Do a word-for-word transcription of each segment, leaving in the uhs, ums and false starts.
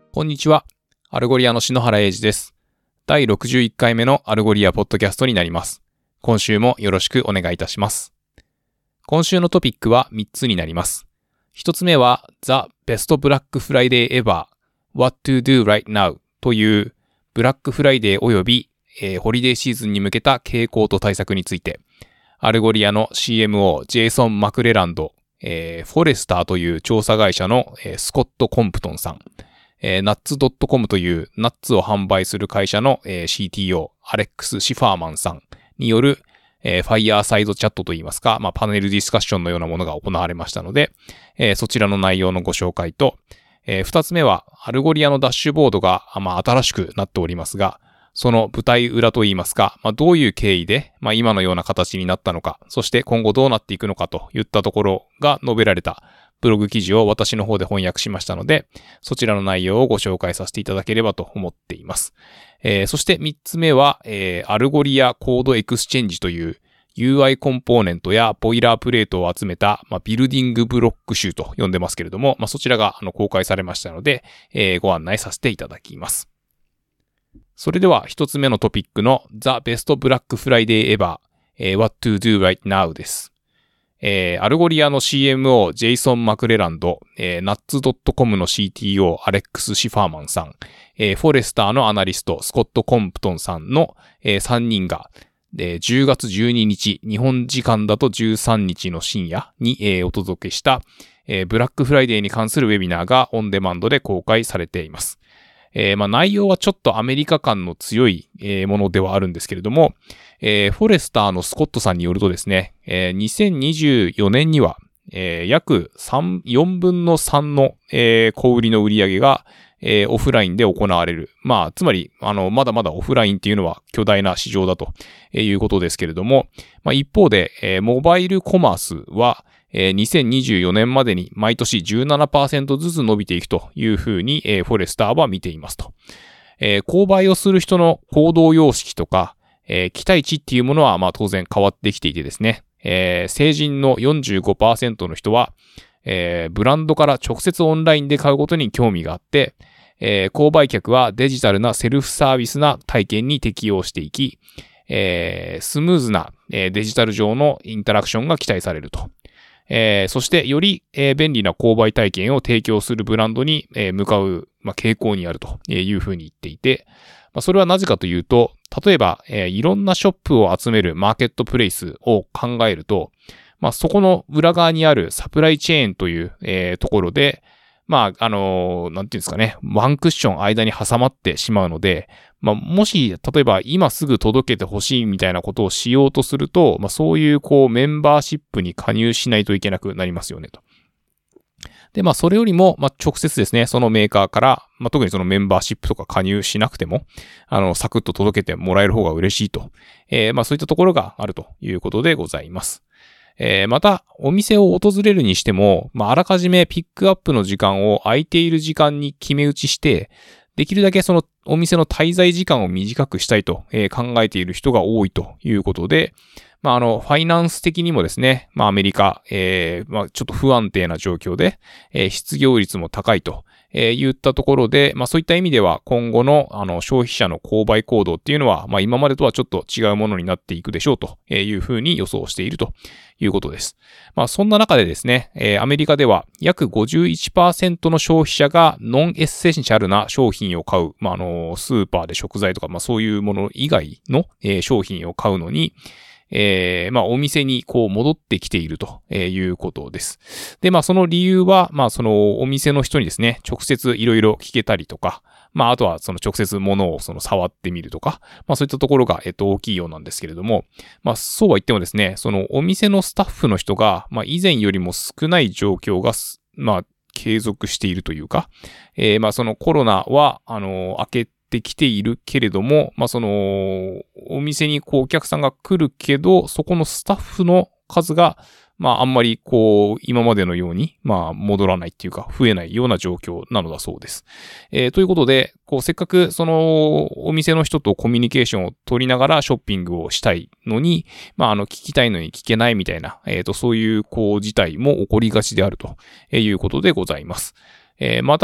こんにちは。アルゴリアの篠原英二です。だいろくじゅういっかいめのアルゴリアポッドキャストになります。今週もよろしくお願いいたします。今週のトピックはみっつになります。ひとつめは The Best Black Friday Ever What to Do Right Now というブラックフライデーおよび、えー、ホリデーシーズンに向けた傾向と対策について、アルゴリアの シーエムオー ジェイソン・マクレランド、えー、フォレスターという調査会社の、えー、スコット・コンプトンさん、えー、ナッツ .com というナッツを販売する会社の、えー、シーティーオー アレックス・シファーマンさんによる、えー、ファイヤーサイドチャットといいますか、まあ、パネルディスカッションのようなものが行われましたので、えー、そちらの内容のご紹介と、えー、二つ目はアルゴリアのダッシュボードが、まあ、新しくなっておりますが、その舞台裏といいますか、まあ、どういう経緯で、まあ、今のような形になったのか、そして今後どうなっていくのかといったところが述べられたブログ記事を私の方で翻訳しましたので、そちらの内容をご紹介させていただければと思っています。えー、そしてみっつめは、えー、アルゴリアコードエクスチェンジという ユーアイ コンポーネントやボイラープレートを集めた、まあ、ビルディングブロック集と呼んでますけれども、まあ、そちらがあの公開されましたので、えー、ご案内させていただきます。それでは一つ目のトピックの The Best Black Friday Ever、えー、What to Do Right Now です。えー、アルゴリアの シーエムオー ジェイソン・マクレランド、えー、ナッツ .com の シーティーオー アレックス・シファーマンさん、えー、フォレスターのアナリストスコット・コンプトンさんの、えー、さんにんが、えー、じゅうがつじゅうににち、日本時間だとじゅうさんにちの深夜に、えー、お届けした、えー、ブラックフライデーに関するウェビナーがオンデマンドで公開されています。えー、まあ内容はちょっとアメリカ感の強い、えー、ものではあるんですけれども、えー、フォレスターのスコットさんによるとですね、えー、にせんにじゅうよねんには、えー、約さん、よんぶんのさんの、えー、小売りの売り上げが、えー、オフラインで行われる。まあ、つまり、あの、まだまだオフラインっていうのは巨大な市場だということですけれども、まあ一方で、えー、モバイルコマースは、えー、にせんにじゅうよねんまでに毎年 じゅうななパーセント ずつ伸びていくというふうに、えー、フォレスターは見ていますと。えー、購買をする人の行動様式とか、えー、期待値っていうものはまあ当然変わってきていてですね、えー、成人の よんじゅうごパーセント の人は、えー、ブランドから直接オンラインで買うことに興味があって、えー、購買客はデジタルなセルフサービスな体験に適応していき、えー、スムーズな、えー、デジタル上のインタラクションが期待されると。えー、そしてより、えー、便利な購買体験を提供するブランドに、えー、向かう、まあ、傾向にあるというふうに言っていて、まあ、それはなぜかというと、例えば、えー、いろんなショップを集めるマーケットプレイスを考えると、まあ、そこの裏側にあるサプライチェーンという、えー、ところで、まあ、あのー、なんていうんですかね、ワンクッション間に挟まってしまうので、まあ、もし、例えば今すぐ届けてほしいみたいなことをしようとすると、まあ、そういうこうメンバーシップに加入しないといけなくなりますよねと。で、まあ、それよりも、まあ、直接ですね、そのメーカーから、まあ、特にそのメンバーシップとか加入しなくても、あの、サクッと届けてもらえる方が嬉しいと。えー、まあ、そういったところがあるということでございます。えー、また、お店を訪れるにしても、まあ、あらかじめピックアップの時間を空いている時間に決め打ちして、できるだけそのお店の滞在時間を短くしたいと、えー、考えている人が多いということで、まあ、あの、ファイナンス的にもですね、まあ、アメリカ、えー、まあ、ちょっと不安定な状況で、えー、失業率も高いと、えー、言ったところで、まあ、そういった意味では今後の、あの、消費者の購買行動っていうのは、まあ、今までとはちょっと違うものになっていくでしょうというふうに予想しているということです。まあ、そんな中でですね、えー、アメリカでは約 ごじゅういちパーセント の消費者がノンエッセンシャルな商品を買う、まあ、あの、スーパーで食材とか、まあ、そういうもの以外の、えー、商品を買うのに、えー、まあ、お店にこう戻ってきているということです。で、まあ、その理由は、まあ、そのお店の人にですね、直接いろいろ聞けたりとか、まあ、あとはその直接物をその触ってみるとか、まあ、そういったところが、えっと、大きいようなんですけれども、まあ、そうは言ってもですね、そのお店のスタッフの人が、まあ、以前よりも少ない状況が、まあ、継続しているというか、えー、まあ、そのコロナは、あの、明けてきているけれども、まあ、その、お店にこうお客さんが来るけど、そこのスタッフの数が、まあ、あんまりこう、今までのように、まあ、戻らないっていうか、増えないような状況なのだそうです。えー、ということで、こう、せっかく、その、お店の人とコミュニケーションを取りながらショッピングをしたいのに、まあ、あの、聞きたいのに聞けないみたいな、えっと、そういう、こう、事態も起こりがちであるということでございます。えー、また、フ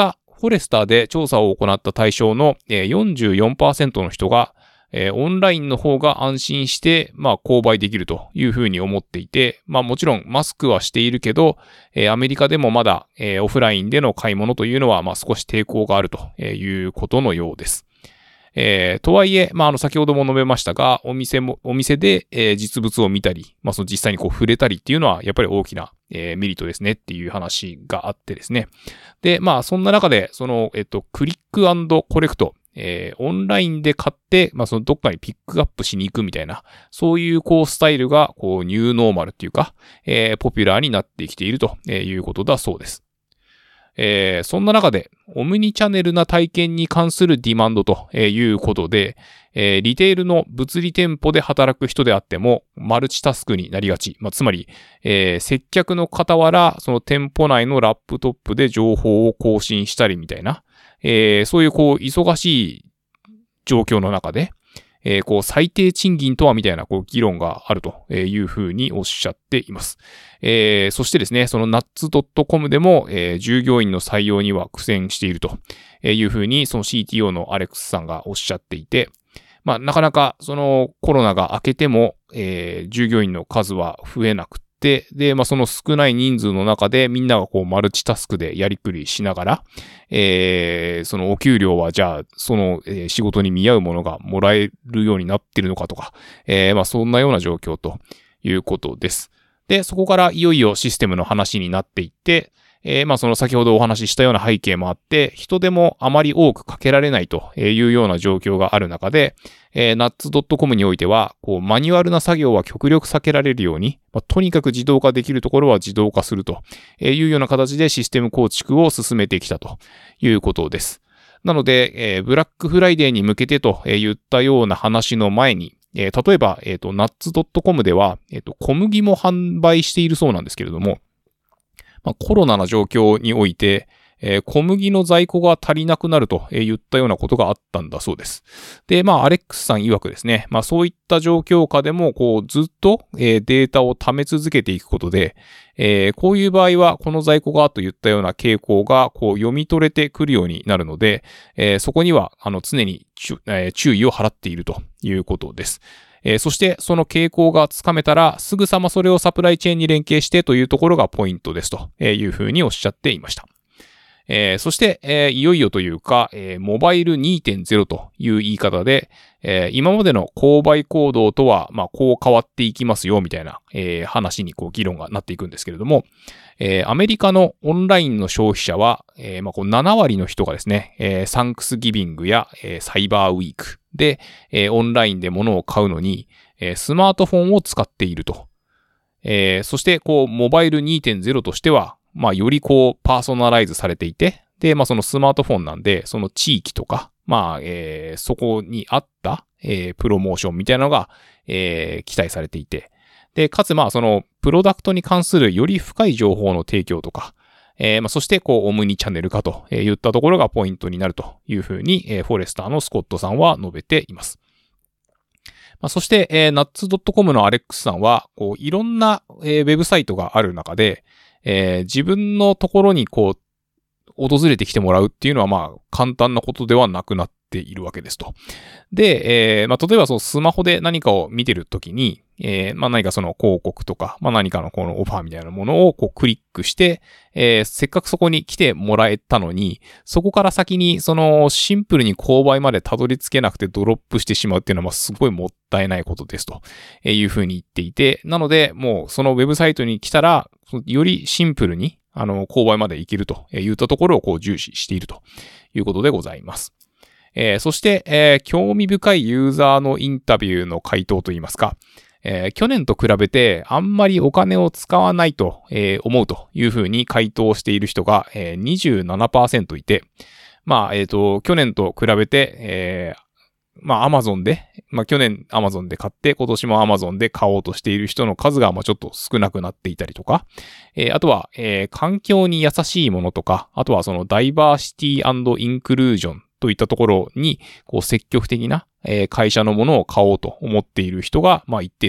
フォレスターで調査を行った対象の よんじゅうよんパーセント の人が、えー、オンラインの方が安心して、まあ、購買できるというふうに思っていて、まあ、もちろんマスクはしているけど、えー、アメリカでもまだ、えー、オフラインでの買い物というのは、まあ、少し抵抗があるということのようです。えー、とはいえ、まあ、あの、先ほども述べましたが、お店も、お店で、えー、実物を見たり、まあ、その実際にこう触れたりっていうのは、やっぱり大きな、えー、メリットですねっていう話があってですね。で、まあ、そんな中で、その、えっと、クリック&コレクト、えー、オンラインで買って、まあ、そのどっかにピックアップしに行くみたいな、そういうこうスタイルが、こうニューノーマルっていうか、えー、ポピュラーになってきているということだそうです。えー、そんな中で、オムニチャンネルな体験に関するディマンドということで、えー、リテールの物理店舗で働く人であっても、マルチタスクになりがち。まあ、つまり、えー、接客の傍ら、その店舗内のラップトップで情報を更新したりみたいな、えー、そういうこう、忙しい状況の中で、えー、こう、最低賃金とはみたいなこう議論があるというふうにおっしゃっています。えー、そしてですね、その ナッツドットコム でも、えー、従業員の採用には苦戦しているというふうに、その シーティーオー のアレックスさんがおっしゃっていて、まあ、なかなかそのコロナが明けても、えー、従業員の数は増えなくて、で、で、まあ、その少ない人数の中でみんながこうマルチタスクでやりくりしながら、えー、そのお給料はじゃあ、その、えー、仕事に見合うものがもらえるようになっているのかとか、えー、まあ、そんなような状況ということです。で、そこからいよいよシステムの話になっていって、えー、まあその先ほどお話ししたような背景もあって、人手もあまり多くかけられないというような状況がある中で、えー、ナッツドットコム においては、こう、マニュアルな作業は極力避けられるように、まあ、とにかく自動化できるところは自動化するというような形でシステム構築を進めてきたということです。なので、えー、ブラックフライデーに向けてと言ったような話の前に、えー、例えば、えっと、ナッツドットコム では、えっと、小麦も販売しているそうなんですけれども、まあ、コロナの状況において、えー、小麦の在庫が足りなくなると言ったようなことがあったんだそうです。で、まあ、アレックスさん曰くですね、まあ、そういった状況下でも、こう、ずっと、えー、データを貯め続けていくことで、えー、こういう場合は、この在庫がといったような傾向が、こう、読み取れてくるようになるので、えー、そこには、あの、常に、えー、注意を払っているということです。えー、そしてその傾向がつかめたらすぐさまそれをサプライチェーンに連携してというところがポイントですというふうにおっしゃっていました。えー、そして、えー、いよいよというか、えー、モバイル にてんゼロ という言い方で、えー、今までの購買行動とは、まあ、こう変わっていきますよみたいな、えー、話にこう議論がなっていくんですけれども、えー、アメリカのオンラインの消費者は、えーまあ、こうなな割の人がですね、えー、サンクスギビングや、えー、サイバーウィークで、えー、オンラインで物を買うのに、えー、スマートフォンを使っていると。えー、そして、こう、モバイル にてんゼロ としては、まあ、よりこう、パーソナライズされていて、で、まあ、そのスマートフォンなんで、その地域とか、まあ、えー、そこにあった、えー、プロモーションみたいなのが、えー、期待されていて、で、かつ、まあ、その、プロダクトに関するより深い情報の提供とか、えー、まあ、そして、こう、オムニチャンネル化といったところがポイントになるというふうに、えー、フォレスターのスコットさんは述べています。まあ、そして、えー、ナッツドットコム のアレックスさんは、こう、いろんな、えー、ウェブサイトがある中で、えー、自分のところにこう、訪れてきてもらうっていうのはまあ簡単なことではなくなっているわけですと。で、えー、まあ例えばそのスマホで何かを見てるときに、えー、まあ何かその広告とか、まあ何かのこのオファーみたいなものをこうクリックして、えー、せっかくそこに来てもらえたのに、そこから先にそのシンプルに購買までたどり着けなくてドロップしてしまうっていうのはまあすごいもったいないことですというふうに言っていて、なのでもうそのウェブサイトに来たら、よりシンプルにあの、購買までいけるといったところをこう重視しているということでございます。えー、そして、えー、興味深いユーザーのインタビューの回答といいますか、えー、去年と比べてあんまりお金を使わないと、えー、思うというふうに回答している人が、えー、にじゅうななパーセント いて、まあ、えっと、去年と比べて、えーまあ、アマゾンで、まあ、去年アマゾンで買って、今年もアマゾンで買おうとしている人の数が、まあ、ちょっと少なくなっていたりとか、えー、あとは、えー、環境に優しいものとか、あとはそのダイバーシティ&インクルージョンといったところに、こう、積極的な、えー、会社のものを買おうと思っている人が、まあ、一定数、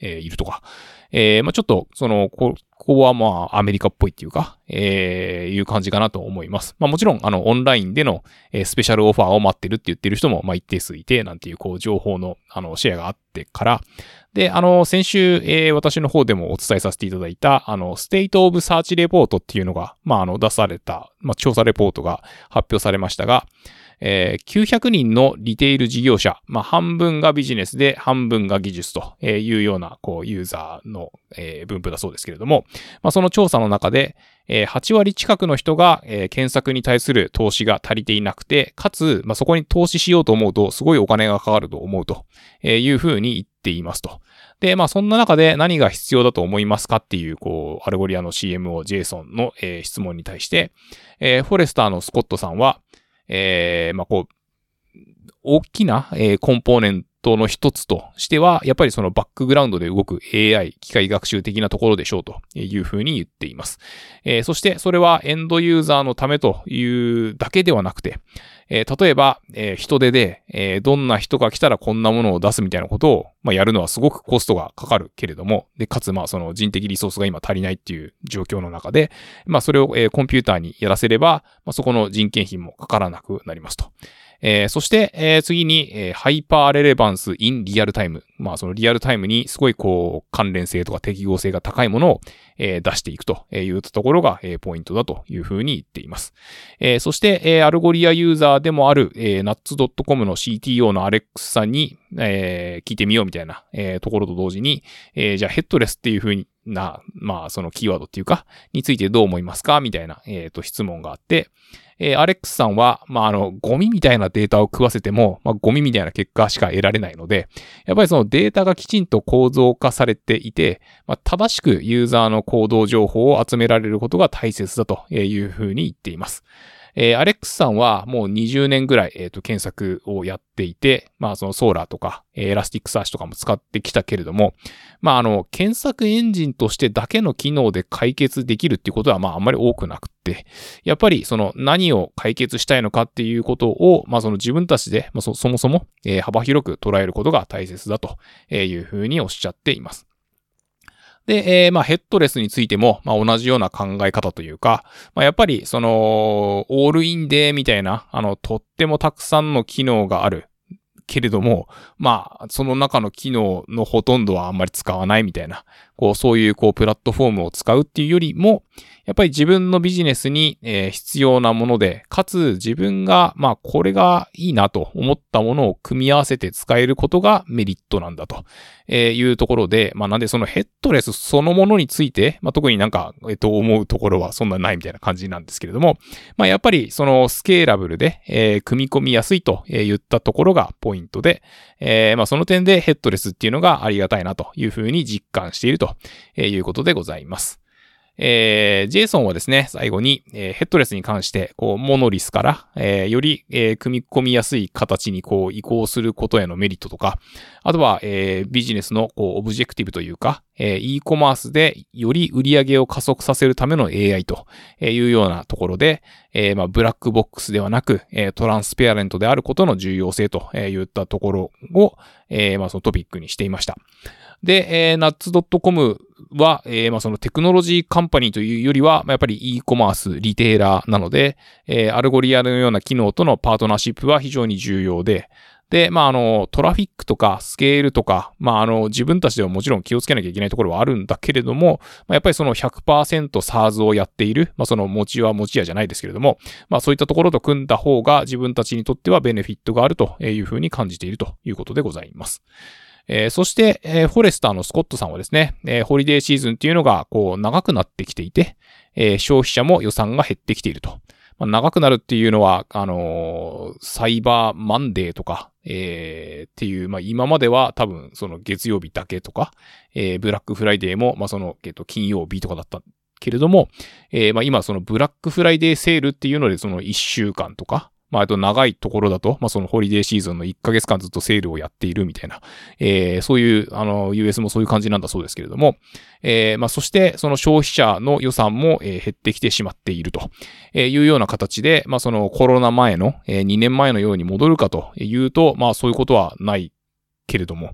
えー、いるとか、えー、まあちょっと、その、こ、ここはまあアメリカっぽいっていうか、えー、いう感じかなと思います。まあもちろん、あの、オンラインでの、えー、スペシャルオファーを待ってるって言ってる人も、まあ一定数いて、なんていう、こう、情報の、あの、シェアがあってから、で、あの、先週、えー、私の方でもお伝えさせていただいた、あの、ステイトオブサーチレポートっていうのが、まあ、あの、出された、まあ、調査レポートが発表されましたが、えー、きゅうひゃくにんのリテール事業者、まあ、半分がビジネスで半分が技術というような、こう、ユーザーの、えー、分布だそうですけれども、まあ、その調査の中で、えー、はちわり近くの人が、えー、検索に対する投資が足りていなくて、かつ、まあ、そこに投資しようと思うと、すごいお金がかかると思うというふうに言っていますと。で、まあそんな中で何が必要だと思いますかっていう、こう、アルゴリアの シーエム をジェイソンの、えー、質問に対して、えー、フォレスターのスコットさんは、えー、まあこう、大きな、えー、コンポーネントの一つとしては、やっぱりそのバックグラウンドで動く エーアイ、機械学習的なところでしょうというふうに言っています。えー、そしてそれはエンドユーザーのためというだけではなくて、えー、例えば、えー、人手で、えー、どんな人が来たらこんなものを出すみたいなことを、まあ、やるのはすごくコストがかかるけれども、で、かつ、まあ、その人的リソースが今足りないっていう状況の中で、まあ、それを、えー、コンピューターにやらせれば、まあ、そこの人件費もかからなくなりますと。えー、そして、えー、次に、えー、ハイパーレレバンスインリアルタイム。まあ、そのリアルタイムにすごいこう、関連性とか適合性が高いものを、えー、出していくというところが、えー、ポイントだというふうに言っています。えー、そして、えー、アルゴリアユーザーでもある、えー、ナッツドットコム の シーティーオー のアレックスさんに、えー、聞いてみようみたいな、えー、ところと同時に、えー、じゃあヘッドレスっていうふうにな、まあ、そのキーワードっていうか、についてどう思いますかみたいな、えっと、質問があって、えー、アレックスさんは、まあ、あの、ゴミみたいなデータを食わせても、まあ、ゴミみたいな結果しか得られないので、やっぱりそのデータがきちんと構造化されていて、まあ、正しくユーザーの行動情報を集められることが大切だというふうに言っています。えー、アレックスさんはもうにじゅうねんぐらい、えーと、検索をやっていて、まあそのソーラーとか、えー、エラスティックサーチとかも使ってきたけれども、まああの、検索エンジンとしてだけの機能で解決できるっていうことはまああんまり多くなくって、やっぱりその何を解決したいのかっていうことを、まあその自分たちで、まあ、そ, そもそも、えー、幅広く捉えることが大切だというふうにおっしゃっています。で、えー、まあ、ヘッドレスについても、まあ、同じような考え方というか、まあ、やっぱり、その、オールインで、みたいな、あの、とってもたくさんの機能がある。けれども、まあ、その中の機能のほとんどはあんまり使わないみたいな、こう、そういう、こう、プラットフォームを使うっていうよりも、やっぱり自分のビジネスに、えー、必要なもので、かつ自分が、まあ、これがいいなと思ったものを組み合わせて使えることがメリットなんだというところで、まあ、なんでそのヘッドレスそのものについて、まあ、特になんか、えっと、思うところはそんなないみたいな感じなんですけれども、まあ、やっぱりそのスケーラブルで、えー、組み込みやすいと言ったところがポイントで、えー、まあ、その点でヘッドレスっていうのがありがたいなというふうに実感しているということでございます。えー、ジェイソンはですね、最後に、えー、ヘッドレスに関して、こう、モノリスから、えー、より、えー、組み込みやすい形に、こう、移行することへのメリットとか、あとは、えー、ビジネスの、こう、オブジェクティブというか、えー、e コマースで、より売り上げを加速させるための エーアイ というようなところで、えー、まあ、ブラックボックスではなく、えー、トランスペアレントであることの重要性といったところを、えー、まあ、そのトピックにしていました。で、えー、ナッツドットコム は、えー、まあそのテクノロジーカンパニーというよりは、まあ、やっぱり e コマース、リテーラーなので、えー、アルゴリアのような機能とのパートナーシップは非常に重要で、で、まあ、あの、トラフィックとかスケールとか、まあ、あの、自分たちではもちろん気をつけなきゃいけないところはあるんだけれども、まあ、やっぱりその ひゃくパーセント SaaS をやっている、まあ、その持ちは持ち屋じゃないですけれども、まあ、そういったところと組んだ方が自分たちにとってはベネフィットがあるというふうに感じているということでございます。えー、そして、えー、フォレスターのスコットさんはですね、えー、ホリデーシーズンっていうのがこう長くなってきていて、えー、消費者も予算が減ってきていると。まあ、長くなるっていうのは、あのー、サイバーマンデーとか、えー、っていう、まあ、今までは多分その月曜日だけとか、えー、ブラックフライデーも、まあ、その、えっと、金曜日とかだったけれども、えー、まあ、今そのブラックフライデーセールっていうのでそのいっしゅうかんとか、まあ、あと長いところだと、まあ、そのホリデーシーズンのいっかげつかんずっとセールをやっているみたいな、えー、そういう、あの、ユーエス もそういう感じなんだそうですけれども、えー、まあ、そして、その消費者の予算も、えー、減ってきてしまっているというような形で、まあ、そのコロナ前の、えー、にねんまえのように戻るかというと、まあ、そういうことはないけれども、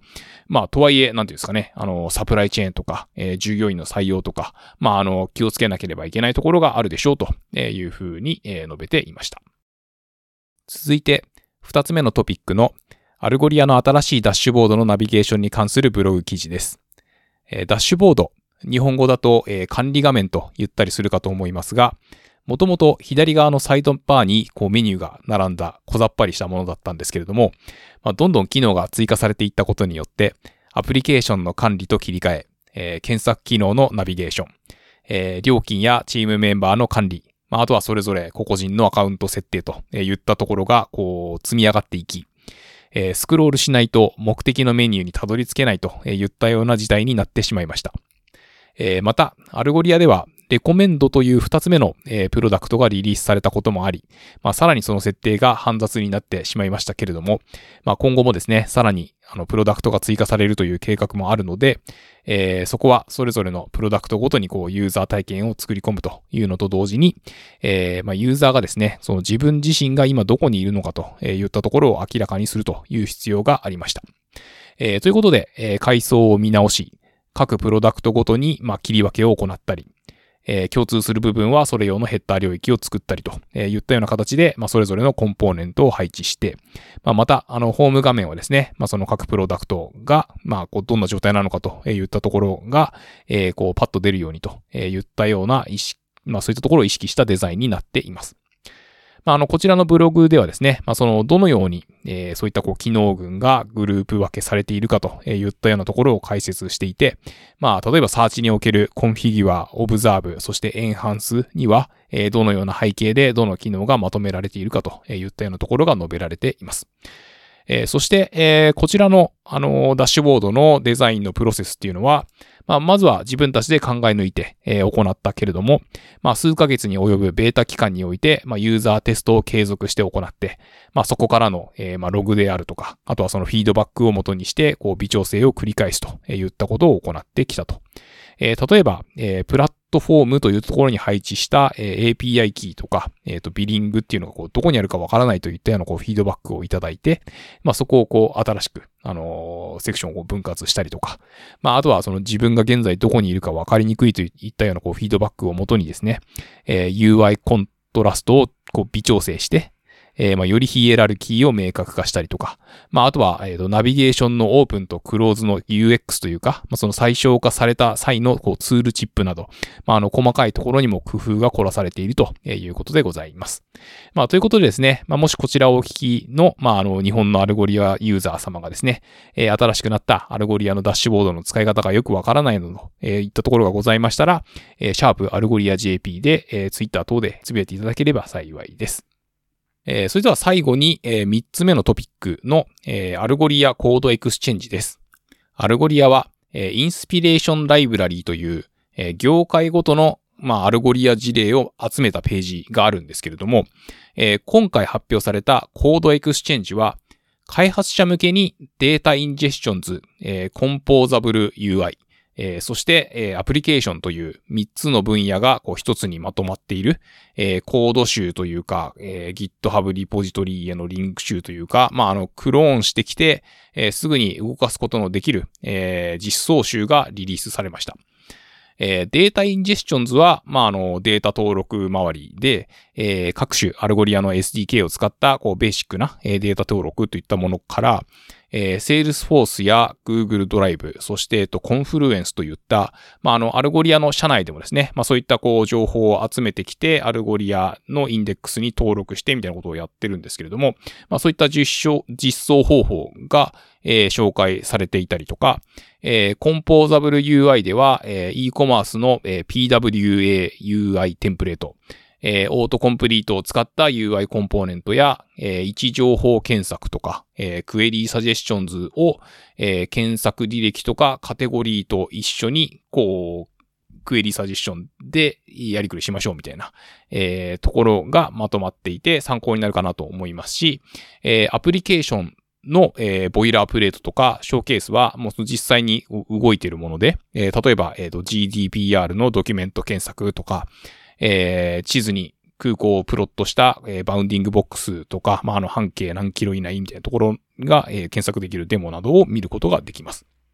まあ、とはいえ、なんていうんですかね、あの、サプライチェーンとか、えー、従業員の採用とか、まあ、あの、気をつけなければいけないところがあるでしょうというふうに、えー、述べていました。続いて、二つ目のトピックの、アルゴリアの新しいダッシュボードのナビゲーションに関するブログ記事です。えー、ダッシュボード、日本語だと、えー、管理画面と言ったりするかと思いますが、もともと左側のサイドバーにこうメニューが並んだ小ざっぱりしたものだったんですけれども、まあ、どんどん機能が追加されていったことによって、アプリケーションの管理と切り替え、えー、検索機能のナビゲーション、えー、料金やチームメンバーの管理、まあ、あとはそれぞれ個々人のアカウント設定といったところがこう積み上がっていき、えー、スクロールしないと目的のメニューにたどり着けないといったような事態になってしまいました。えー、また、アルゴリアでは、レコメンドという二つ目の、えー、プロダクトがリリースされたこともあり、まあ、さらにその設定が煩雑になってしまいましたけれども、まあ、今後もですね、さらにあのプロダクトが追加されるという計画もあるので、えー、そこはそれぞれのプロダクトごとにこうユーザー体験を作り込むというのと同時に、えーまあ、ユーザーがですね、その自分自身が今どこにいるのかといったところを明らかにするという必要がありました。えー、ということで、えー、階層を見直し、各プロダクトごとに、まあ、切り分けを行ったり、えー、共通する部分はそれ用のヘッダー領域を作ったりと、えー、いったような形で、まあ、それぞれのコンポーネントを配置して、まあ、また、あの、ホーム画面はですね、まあ、その各プロダクトが、まあ、こう、どんな状態なのかといったところが、えー、こう、パッと出るようにといったような意識、まあ、そういったところを意識したデザインになっています。まあ、あの、こちらのブログではですね、まあ、その、どのように、えー、そういったこう、機能群がグループ分けされているかといったようなところを解説していて、まあ、例えばサーチにおけるコンフィギュア、オブザーブ、そしてエンハンスには、えー、どのような背景でどの機能がまとめられているかといったようなところが述べられています。えー、そして、えー、こちらの、あのー、ダッシュボードのデザインのプロセスっていうのは、まあ、まずは自分たちで考え抜いて、えー、行ったけれども、まあ、数ヶ月に及ぶベータ期間において、まあ、ユーザーテストを継続して行って、まあ、そこからの、えー、まあ、ログであるとか、あとはそのフィードバックを元にして、こう、微調整を繰り返すといったことを行ってきたと。えー、例えば、えー、プラットフォームというところに配置した、えー、エーピーアイ キーとか、えーと、ビリングっていうのがこうどこにあるかわからないといったようなこうフィードバックをいただいて、まあそこをこう新しく、あのー、セクションをこう分割したりとか、まああとはその自分が現在どこにいるかわかりにくいといったようなこうフィードバックを元にですね、えー、ユーアイ コントラストをこう微調整して、えー、まあよりヒエラルキーを明確化したりとか、まああとは、えーと、ナビゲーションのオープンとクローズの ユーエックス というか、まあその最小化された際のこうツールチップなど、まああの細かいところにも工夫が凝らされているということでございます。まあということでですね、まあもしこちらをお聞きの、まああの日本のアルゴリアユーザー様がですね、えー、新しくなったアルゴリアのダッシュボードの使い方がよくわからないのと、えー、いったところがございましたら、えー、シャープアルゴリア ジェーピー で、えー、Twitter 等でつぶやいていただければ幸いです。えー、それでは最後に、えー、みっつめのトピックの、えー、アルゴリアコードエクスチェンジです。アルゴリアは、えー、インスピレーションライブラリーという、えー、業界ごとの、まあ、アルゴリア事例を集めたページがあるんですけれども、えー、今回発表されたコードエクスチェンジは、開発者向けにデータインジェスションズ、えー、コンポーザブル ユーアイ、えー、そして、えー、アプリケーションというみっつの分野がこう一つにまとまっている、えー、コード集というか、えー、GitHub リポジトリへのリンク集というか、まあ、あの、クローンしてきて、えー、すぐに動かすことのできる、えー、実装集がリリースされました。えー、データインジェスションズは、まあ、あの、データ登録周りで、えー、各種アルゴリアの エスディーケー を使った、こう、ベーシックな、えー、データ登録といったものから、えー、Salesforce や Google ドライブ、そして、えっと、Confluence といった、まあ、あの、アルゴリアの社内でもですね、まあ、そういった、こう、情報を集めてきて、アルゴリアのインデックスに登録して、みたいなことをやってるんですけれども、まあ、そういった実証、実装方法が、えー、紹介されていたりとか、えー、コンポーザブル ユーアイ では、えー、e コマースの、えー、ピーダブリューエー ユーアイ テンプレート、えー、オートコンプリートを使った ユーアイ コンポーネントや、えー、位置情報検索とか、えー、クエリーサジェスションズを、えー、検索履歴とかカテゴリーと一緒に、こう、クエリーサジェスションでやりくりしましょうみたいな、えー、ところがまとまっていて参考になるかなと思いますし、えー、アプリケーションの、えー、ボイラープレートとかショーケースはもう実際に動いているもので、えー、例えば、えーと、ジーディーピーアール のドキュメント検索とか、えー、地図に空港をプロットした、えー、バウンディングボックスとか、まあ、あの半径何キロ以内みたいなところが、えー、検索できるデモなどを見ることができます。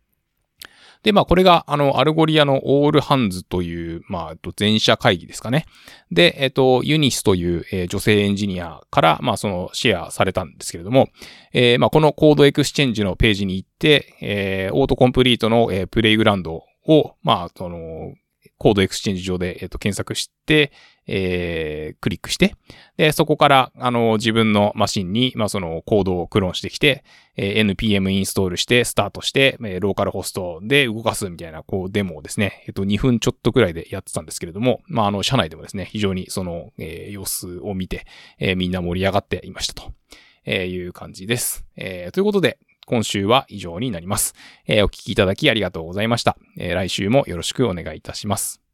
で、まあ、これが、あの、アルゴリアのオールハンズという、まあ、全社会議ですかね。で、えっと、ユニスという、えー、女性エンジニアから、まあ、その、シェアされたんですけれども、えー、まあ、このコードエクスチェンジのページに行って、えー、オートコンプリートの、えー、プレイグラウンドを、まあ、その、コードエクスチェンジ上で、えっと、検索して、えー、クリックして、で、そこから、あの、自分のマシンに、まあ、そのコードをクローンしてきて、えー、エヌピーエム インストールして、スタートして、えー、ローカルホストで動かすみたいな、こう、デモをですね、えっと、にふんちょっとくらいでやってたんですけれども、まあ、あの、社内でもですね、非常にその、えー、様子を見て、えー、みんな盛り上がっていましたと、えー、いう感じです。えー、ということで、今週は以上になります。えー、お聞きいただきありがとうございました。えー、来週もよろしくお願いいたします。